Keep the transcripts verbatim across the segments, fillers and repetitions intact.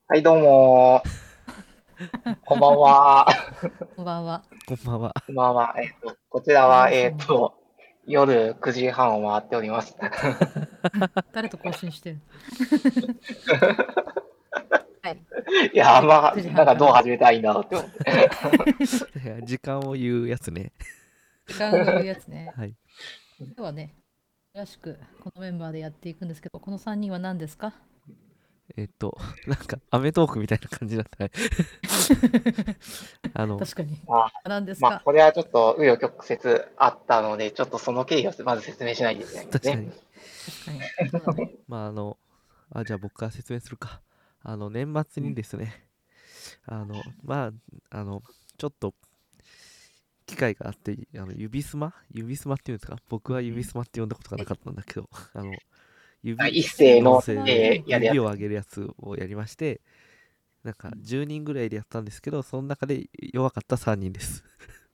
はい、どうもー。こんばんは。 こんばんは。 こんばんは。 こんばんは。えっと、こちらは、えっと、夜くじはんを回っております。 誰と更新してる？はい。 いや、あんま、 9時なんかどう半から。 始めたらいいんだろうって思って。 いや時間を言うやつね。 時間を言うやつね。 はい。 今日はね、よろしくこのメンバーでやっていくんですけど、このさんにんは何ですか？ えっと、なんか、アメトークみたいな感じだったね。あの、 確かに。 あ、まあ、 何ですか？ これはちょっと紆余曲折あったので、ちょっとその経緯をまず説明しないといけないんですね。 確かに。 確かに。そうだね。 まあ、あの、あ、じゃあ僕から説明するか。あの、年末にですね、あの、まあ、あの、ちょっと、機会があって、あの、指スマ指スマっていうんですか、僕は指スマって呼んだことがなかったんだけど、あの、 あ、 指、 一斉の音声指スマっていうでのか。 指をやるやつ。 上げるやつをやりまして、なんかじゅうにんぐらいでやったんですけど、その中で弱かったさんにんです。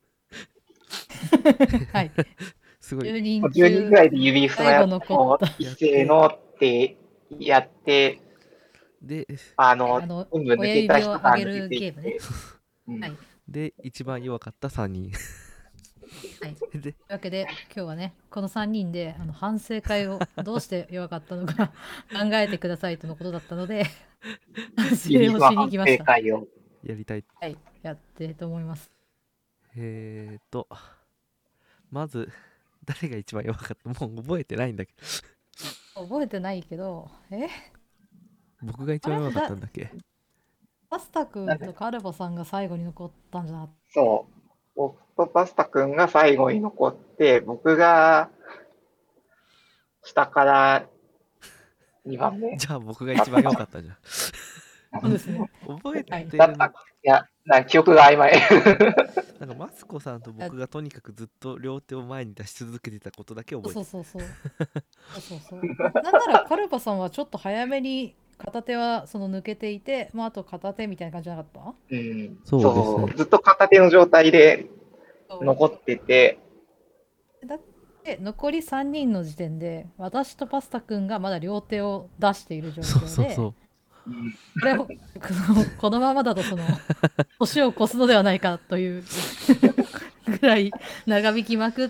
はい。 すごい。 じゅうにんじゅうにんぐ中、 らいで指すま最後残っをた。 一やって、 斉のってやって、 で、 あの、 あの、 全部抜親けた指を上げ人が抜けるゲームね。 ていって、うん。 はい。 で、一番弱かったさんにん。 はい。 で、 というわけで、今日はね、このさんにんであの反省会をどうして弱かったのか考えてくださいとのことだったので、反省をしに指すま反来ました。 省会を。 やりたい。 はい、やってと思います。 えーと、まず、誰が一番弱かったもう覚えてないんだけど。 覚えてないけど、え僕が一あれ番弱かっただ、 んだっけ。 パスタ君なんでとカルボさんが最後に残ったんじゃなかっそう。僕とパスタくんが最後に残って、僕が下からにばんめじゃあ僕が一番弱かったじゃん。 た？そうですね。 覚えはい。 だった。 てるの。 いや、な記憶が曖昧。 なんかマツコさんとあ僕がとにかくずっと両手を前に出し続けてたことだけ覚えてる。 そうそうそうそう。そうそうそう。な、なんならカルボさんはちょっと早めに片手はその抜けていて、まあ、あと片手みたいな感じじゃなかった？ うん。 そうですね。 そう。ずっと片手の状態でそ残ってて、 う。だって残りさんにんの時点で私とパスタくんがまだ両手を出している状そう況で、 そうそうん、 これをこのこのままだとその年を越すのではないかというぐらい長引きまくって、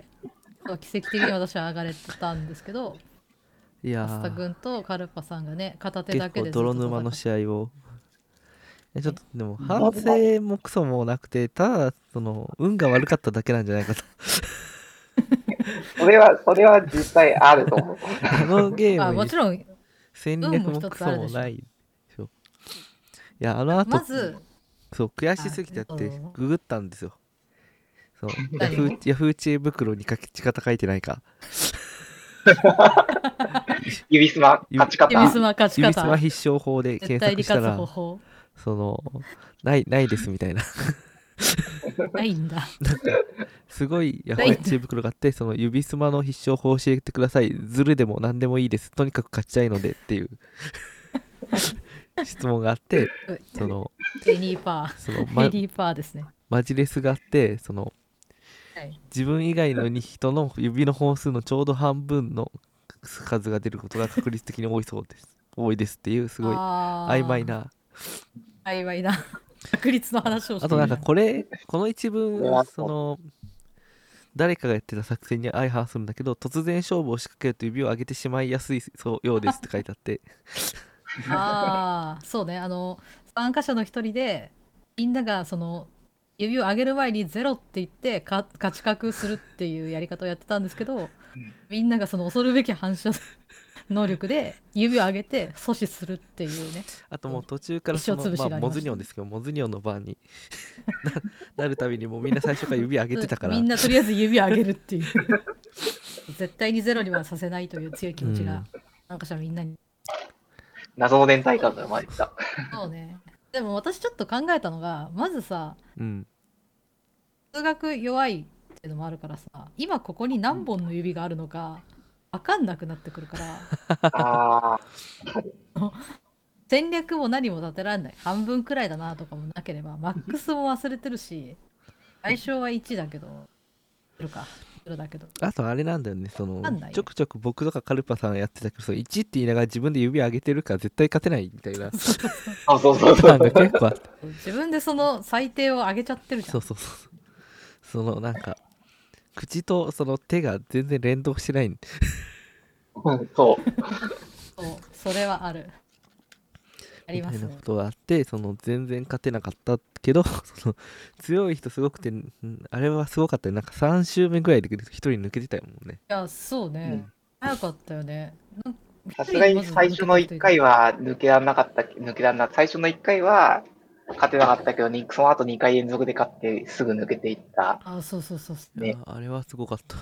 奇跡的に私は上がれたんですけど、 う。いやパスター、 君とカルパさんがね、片手だけ結構でずっと戦泥沼のって。 試合を。いやちょっはい。 とでも反まずま省もクソもなくて、ただその運が悪かっただけなんじゃないかと。 それは、それは実際あると思う。 あのゲーまあムにもちろん戦運も一略もクソつあるでしょ。 もないでしょ。いや、あの後、 まず、 そう、悔しあ、 すぎてやってそうググったんですよ。そう、ヤフー、 何を？ ヤフー知恵袋に書き方書いてないか。 指すま、勝指ち方。 指すま勝ち指すま方、 必勝法で絶検対に勝つ方索したら、 法その、ない、ないですみたいな。 ないんだ。 なんか、すごいヤフー知恵ないんだ。 袋があって、その指すまの必勝法を教えてください。ズルでも何でもいいです。とにかく勝ちたいのでっていう質問があって、その、 エニーパその、 ー。エま、 ニーパーですね。 マジレスがあって、その、 はい。 自分以外の人の指の本数のちょうど半分の数が出ることが確率的に多いそうです。多いですっていう、すごい曖昧あな。 あ、曖昧な確率の話をしあとなんかているじゃん。 これ、この一文、 これは、 その、誰かがやってた作戦に相反するんだけど、突然勝負を仕掛けると指を上げてしまいやすいそうようですって書いてあって、 ああ、そうね。あの、参加者の一人で、みんながその、指を上げる前にゼロって言ってか勝ち確するっていうやり方をやってたんですけど、みんながその恐るべき反射能力で指を上げて阻止するっていうね、 あともう途中からその、 一生潰まあ、モしがありました。 ズニョンですけど、モズニョンの番になるたびにもうみんな最初から指上げてたから、 みんなとりあえず指を上げるっていう絶対にゼロにはさせないという強い気持ちがうん、 参加者みんなに。 謎の連帯感が生まれてた。 そうね。でも私ちょっと考えたのが、まずさ、 うん、 数学弱いっていうのもあるからさ、今ここに何本の指があるのか分かんなくなってくるから、 ああ、 戦略も何も立てられない。半分くらいだなとかもなければ、マックスも忘れてるし、最初はいちだけど、いるか。 だけど。 あとあれなんだよね、そのわかんないよちょくちょく僕とかカルパさんやってたけど、そのいちって言いながら自分で指上げてるから絶対勝てないみたいなあ、そうそうパターンがそう。 結構あって、 自分でその最低を上げちゃってるじゃん。 そうそうそうそのなんか口とその手が全然連動してないんうんそう。 そう、それはある。ありますねみたいなこ。とがあって、その全然勝てなかったけどその強い人すごくて、んあれはすごかったよ。なんかさん周目ぐらいで一人抜けてたよもんね。 いや、そうね。 うん早かったよね。なんさすがに最初のいっかいは抜けられなかった、抜けられな最初のいっかいは勝てなかったけど、にその後にかい連続で勝ってすぐ抜けていった。 あ、そうそうそうそう。 いやねあれはすごかった。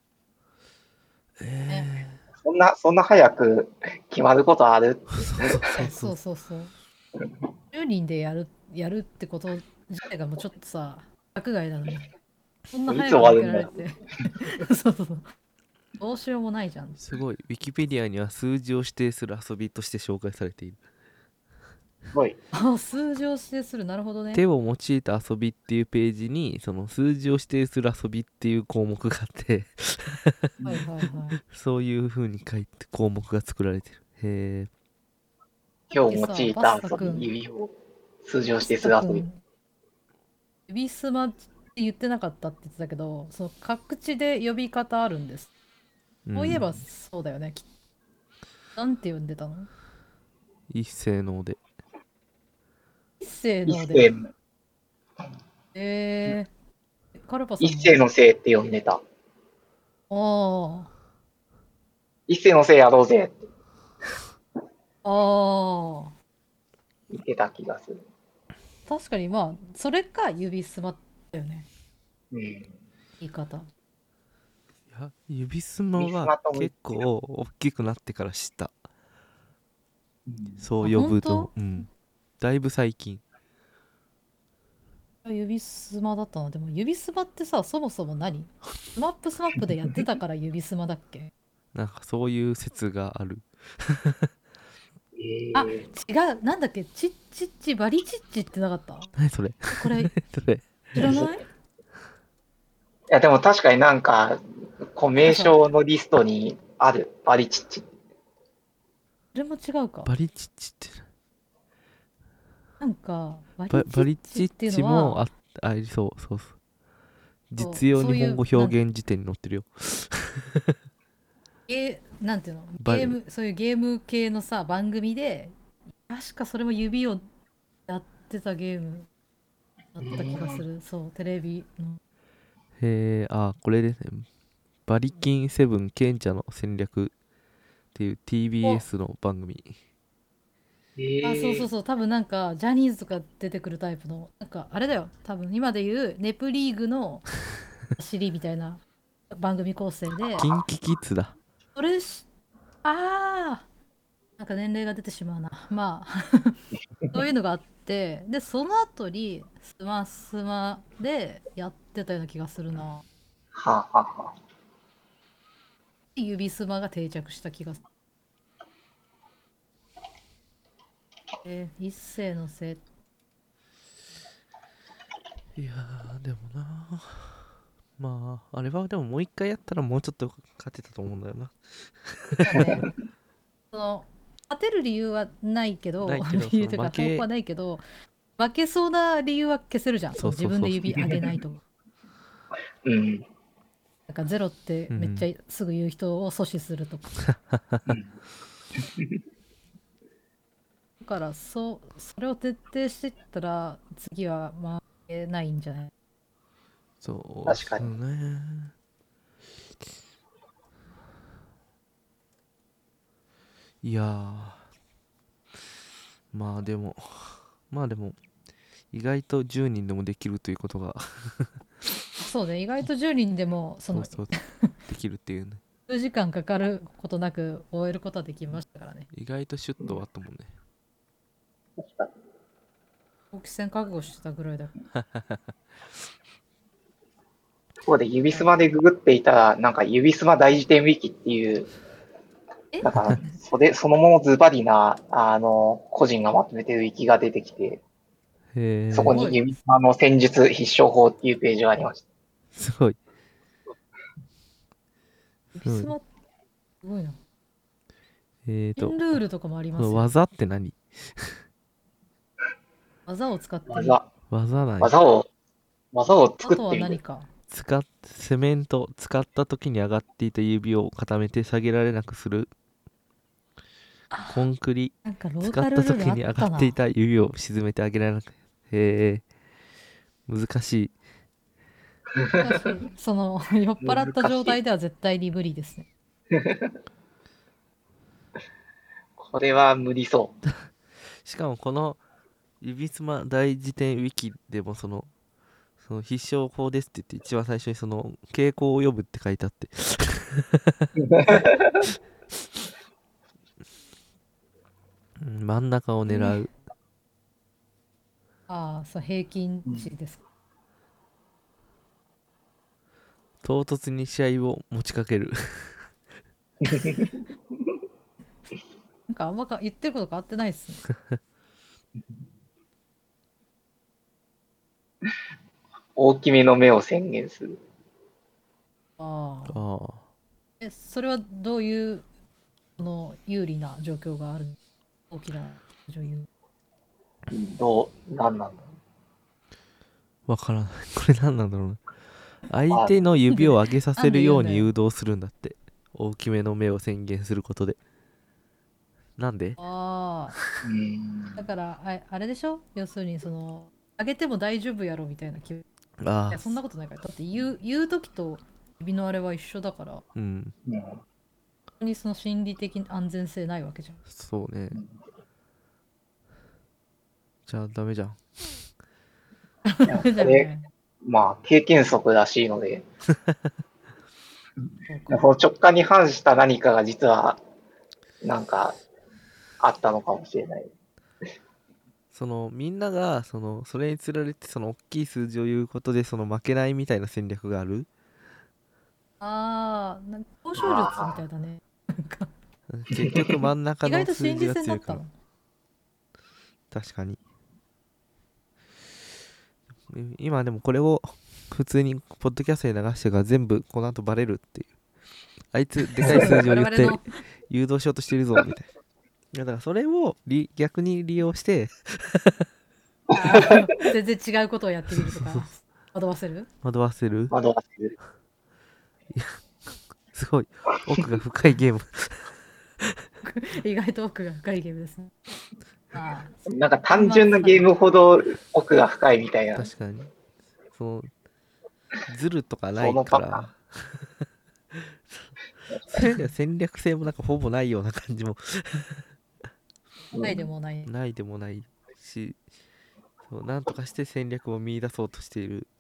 えそんな、そんな早く決まることあるー、 そうそうそう。じゅうにんでやる、やるってこと自体がもうちょっとさ、学外なのに。そんな早く抜けられて。そうそうそう。どうしようもないじゃん。 すごい。ウィキペディアには数字を指定する遊びとして紹介されている。 すごい。 あ、数字を指定する。なるほどね。 手を用いた遊びっていうページにその数字を指定する遊びっていう項目があってはいはいはい。 そういう風に書いて項目が作られてる。へえ。 今日用いた遊び、指を、数字を指定する遊び。 指すまって言ってなかったって言ってたけど、その各地で呼び方あるんです。 うんそういえばそうだよね。きなんて呼んでたの？ 一斉ので。 一斉一ので。 斉の、 えー、カルパさんも。 一斉のせいって呼んでた。 ああ。 一斉のせいやろうぜってああ。 言ってた気がする。 確かにまあ、それか指すまったよね。 うん。 言い方。 いや指すま指すまはとも言って結構大きくなってから知った。 うんそう呼ぶあ本と。うん。だいぶ最近。 指すまだったの。でも指すまってさ、そもそも何？スマップスマップでやってたから指すまだっけ？ なんかそういう説がある。 えあ、 ー違う。なんだっけ？チッチッチバリチッチってなかった？ 何それこれそれ。 知らない？ いや、でも確かになんか、こう名称のリストにある、バリチッチ。 それも違うか。 バリチッチってなんかバリババリチチッチっていうッチのはもあありそうそうそう。実用日本語表現辞典に載ってるよ。 ゲーなんていうの？ バリゲームそういうゲーム系のさ番組で確かそれも指をやってたゲームだった気がする。そうテレビの。 へえ、あ、これですね。バリキンセブン賢者の戦略っていう ティービーエス の番組。 あ、そうそうう。 そう多分なんかジャニーズとか出てくるタイプのなんかあれだよ多分今で言うネプリーグの走りみたいな番組構成でキンキキッズだ。 それしああなんか年齢が出てしまうな。まあそういうのがあってでその後にスマスマでやってたような気がするな。 はあ、はあはあ、 指スマが定着した気がする。えー一世のせいいやー、でもなまあ、あれはでももう一回やったらもうちょっと勝てたと思うんだよな。 だね。その勝てる理由はないけどないけど理由というその負けか証拠はないけど負けそうな理由は消せるじゃん。 そうそうそう自分で指上げないと。 うん。 なんかゼロってめっちゃすぐ言う人を阻止するとか。 うんだからそうそれを徹底していったら次は負けないんじゃない？ そう確かにね。いやー、まあでも、まあでも、意外とじゅうにんでもできるということがそうね意外とじゅうにんでもそのそうそうできるっていうね。 数時間かかることなく終えることはできましたからね。 意外とシュッと終わったもんね。 確かに。 長期戦覚悟してたぐらいだからここで指すまでググっていたら、なんか指すま大辞典ウィキっていう、 えなんか、それ、そのものズバリな、あの、個人がまとめてるウィキが出てきて、 へえ。 そこに指すまの戦術必勝法っていうページがありました。 すごい。 ビスマすごいな。 えーとピンルールとかもありますよ。 この技って何？ 技を使ってる。 技。 技ない。 技を、技をあとは作ってみる。 何か。 使っセメント使った時に上がっていた指を固めて下げられなくする。コンクリなんかロー使ったカルルール時に上あったな。 がっていた指を沈めてあげられなく。へえ難しい。 難しい。その酔っ払った状態では絶対に無理ですね。 これは無理そしかもこの指すま大辞典ウィキでもそのその必勝法ですって言って一番最初にその傾向を読むって書いてあってうん真ん中を狙う。 ああ、そう平均値ですか。 唐突に試合を持ちかける。 なんかあんまか言ってること変わってないっすね。 大きめの目を宣言する。 ああ。 ああえ、それはどういうその有利な状況がある？大きな女優。 どう、なんなんだろわからない。これ何なんだろうな。相手の指を上げさせるように誘導するんだって。大きめの目を宣言することで。なんで？ ああ。 う。うん。 だからああれでしょ、要するにそのあげても大丈夫やろみたいな気。いああやそんなことないから。だって言う言う時と指のあれは一緒だから、本うんうん当にその心理的安全性ないわけじゃん。 そうね。じゃあダメじゃん。 いやこじゃあれ、 ね、 まあ、経験則らしいので、 そうか。 その直感に反した何かが実は、なんか、あったのかもしれない。 そのみんながそのそれにつられてその大きい数字を言うことでその負けないみたいな戦略がある。 ああ、なんか交渉術みたいだね。なんか結局真ん中意外の数字と心理が強いから。 戦だったの。 確かに。今でもこれを普通にポッドキャストに流してるから全部この後バレるっていう。あいつでかい数字を言って我々の誘導しようとしてるぞみたいな。いやだからそれをり逆に利用してあー全然違うことをやってみるとか惑わせる。 惑わせる。 惑わせる。 すごい奥が深いゲーム。 意外と奥が深いゲームですね。ああ、 なんか単純なゲームほど奥が深いみたいな。 確かにそのズルとかなそいかのパターン。 らそれでは戦略性もなんかほぼないような感じもないでもない。 ないでもないし、そうなんとかして戦略を見出そうとしている。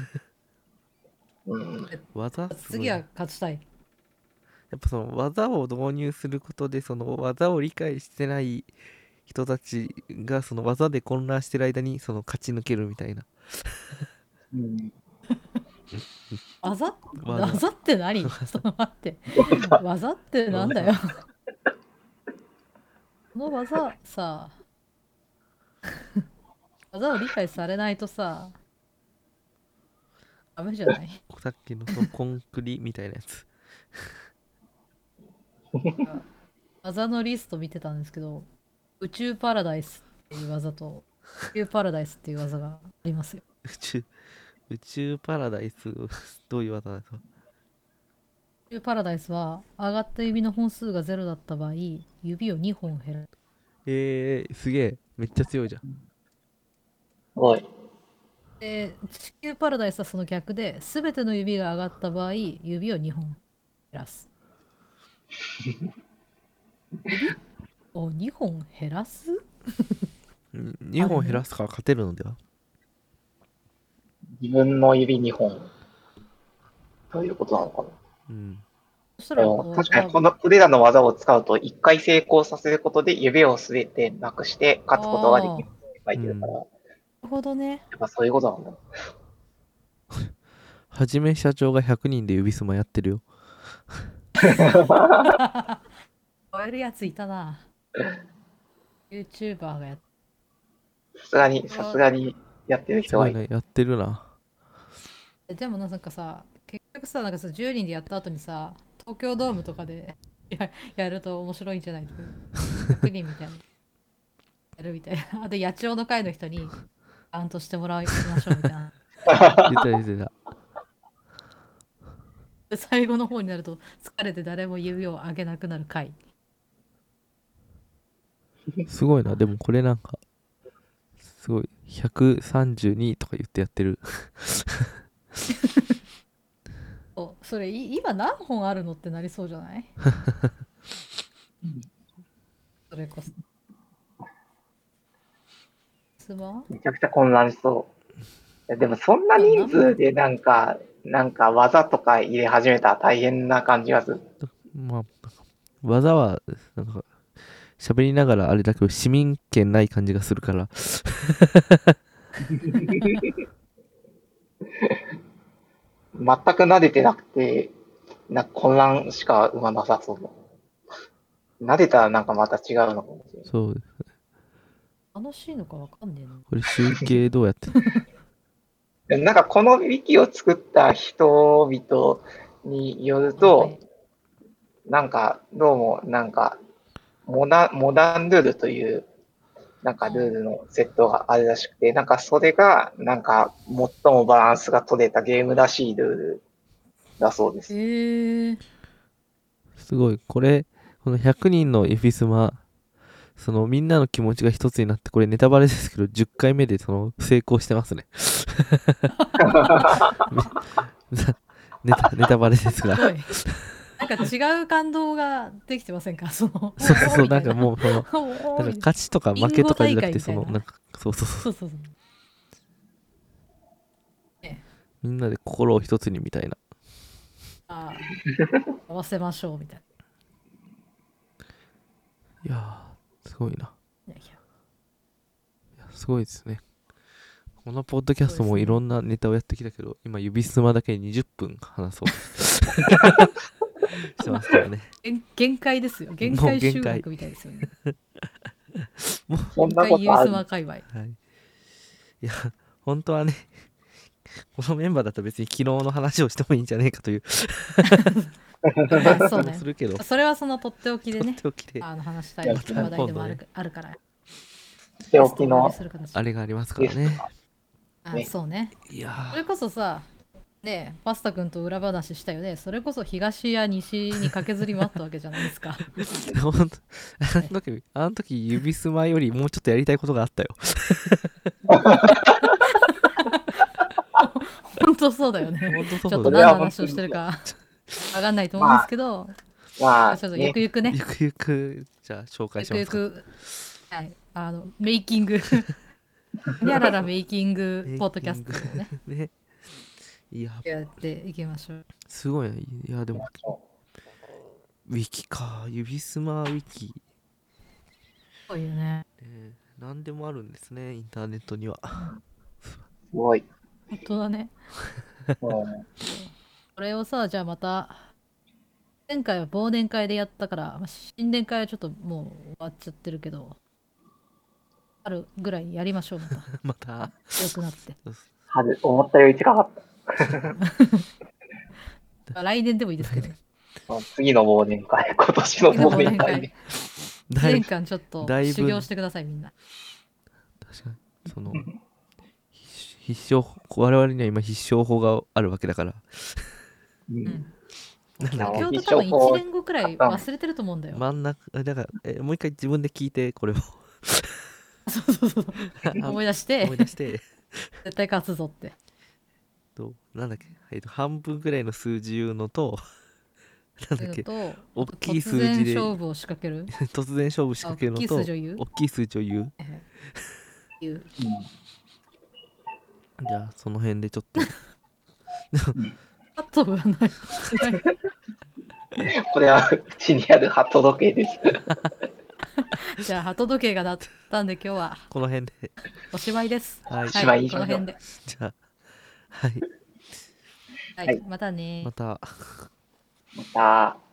うん。 技すごい次はな。や勝ちたい。 っぱその技を導入することでその技を理解してない人たちがその技で混乱してる間にその勝ち抜けるみたいな。 うん。 技技技って何？ちょっと待って。技ってなんだよ。この技さ、技を理解されないとさ、ダメじゃない？ さっきのそのコンクリみたいなやつ。 技のリスト見てたんですけど、宇宙パラダイスっていう技と、宇宙パラダイスっていう技がありますよ。 宇宙宇宙パラダイスどういう技なんですか？ 宇宙パラダイスは、上がった指の本数がゼロだった場合、指をにほん減らす。 えー、すげえめっちゃ強いじゃん。 すごい。 で、地球パラダイスはその逆で、すべての指が上がった場合、指をにほん減らす。指をにほん減らす？ うんにほん減らすから勝てるのでは？ 自分の指にほん。ということなのかな。 うんそしたらでこう、 も確かにこのこれらの技を使うと、一回成功させることで指をすべてなくして勝つことができるって書いてるから、 なるほどね。 やっぱそういうことなんだ。 はじめ社長がひゃくにんで指すまやってるよ。 超えるやついたな。YouTuber がやっさすがに、さすがにやってるす人はいる。 ごいねやってるな。 て、でもなんかさ、結局さ、なんかさ、じゅうにんでやった後にさ、 東京ドームとかでややると面白いんじゃないとかひゃくにんみたいなやるみたいな。あと野鳥の会の人にカウントしてもらいましょうみたいな。 言ってた言ってた。 で最後の方になると疲れて誰も指を上げなくなる会。 すごいな。でもこれなんか、すごい。ひゃくさんじゅうにとか言ってやってる。 そうそれい今何本あるのってなりそうじゃないそれこそ。スマめちゃくちゃ混乱しそう。いやでもそんな人数でなんか、なんか技とか入れ始めたら大変な感じがする。 まあ、技は、なんか、喋りながらあれだけど、市民権ない感じがするから。 全く撫でてなくて、なんか混乱しか生まなさそうだ。撫でたらなんかまた違うのかもしれない。 そう。 楽しいのかわかんねえな。 これ集計どうやってでもなんかこのウィキを作った人々によるはとい、 なんかどうもなんかモダン、モダンルールというなんかルールのセットがあるらしくて、なんかそれがなんか最もバランスが取れたゲームらしいルールだそうです。 へえ。 すごい。これ、このひゃくにんのエフィスマ、そのみんなの気持ちが一つになって、これネタバレですけど、じゅっかいめでその成功してますね。ネタ、ネタバレですが。 すごい。なんか違う感動ができてませんかその。 そうそうそう、なんかう。 もう、その、なんか勝ちとか負けとかじゃなくて、その、なんか、そうそうそう。 そうそうそう。 みんなで心を一つにみたいな。 ああ、合わせましょうみたいいやー、すごいな。 な。いやいや、 いやすごいですね。このポッドキャストもいろんなネタをやってきたけど、今、指すまだけにじゅっぷん話そうしてますからね。 限限界ですよ。限界集落みたいですよね。 もうそんなことあ限界ユースる。 マ界隈。 はい。いや、本当はね、このメンバーだと別に昨日の話をしてもいいんじゃねえかというまあそうね気もす。るけど、 それはそのとっておきでねとって、おきで、 あの話したいいや話題でもある,、 今度ねあるから。 手置きのゲストをお呼びする形あれがありますからね。 あねそうね。 いやそれこそさ、ねえ、パスタ君と裏話したよね。それこそ東や西に駆けずり回ったわけじゃないですか。 ー、ほんと、あの時、あの時、指すまよりもうちょっとやりたいことがあったよ。 本当そうだよね。 本当ちょっとそうだよ。 何の話をしてるかわかんないと思うんですけど、 まあ、 ちょっとゆねく、ゆくね、 ゆくゆく、じゃあ紹介ゆしますか。 くゆく、はい、あの、メイキング、にゃららメイキングポッドキャストをね、 ね。いや、 やっていきましょう。 すごいな。いや、でも、ウィキか。指すまウィキ。 そういうね。 ね、何でもあるんですね、インターネットには。 すごい。 本当だね。 うんこれをさ、じゃあまた、前回は忘年会でやったから、まあ新年会はちょっともう終わっちゃってるけど、あるぐらいやりましょう、また。 また、 強くなって。 春、思ったより近かった。 まあ来年でもいいですけど、 次の忘年会、今年の次の忘忘年会年会で。、 だいぶ、 年間ちょっとだいぶ修行してください、みんな。 確かに、その、必必勝、我々には今必勝法があるわけだから、 ううんん。 なんだっけ今日と多分いちねんごくらい忘れてると思うんだよ。 真ん中、あだから、えもう一回自分で聞いて、これをそうそうそう。思い出して思い、出して、 絶対勝つぞって。 と、なんだっけ、えっと、半分ぐらいの数字言うのと、なんだっけ、 と、 大きい数突然字で勝負を仕掛ける。 突然勝負仕掛けるのと、 あ大きい数字を言う大きい数字を言う。 言う。 じゃあ、その辺でちょっと、 あとがない。 これはうちにある鳩時計です。 じゃあ、鳩時計が鳴ったんで今日はこの辺で、 おしまいです。 はい、 おしまいにしこましょうの辺で。 じゃあ、はい、 はい、 はいまたねまた。 また。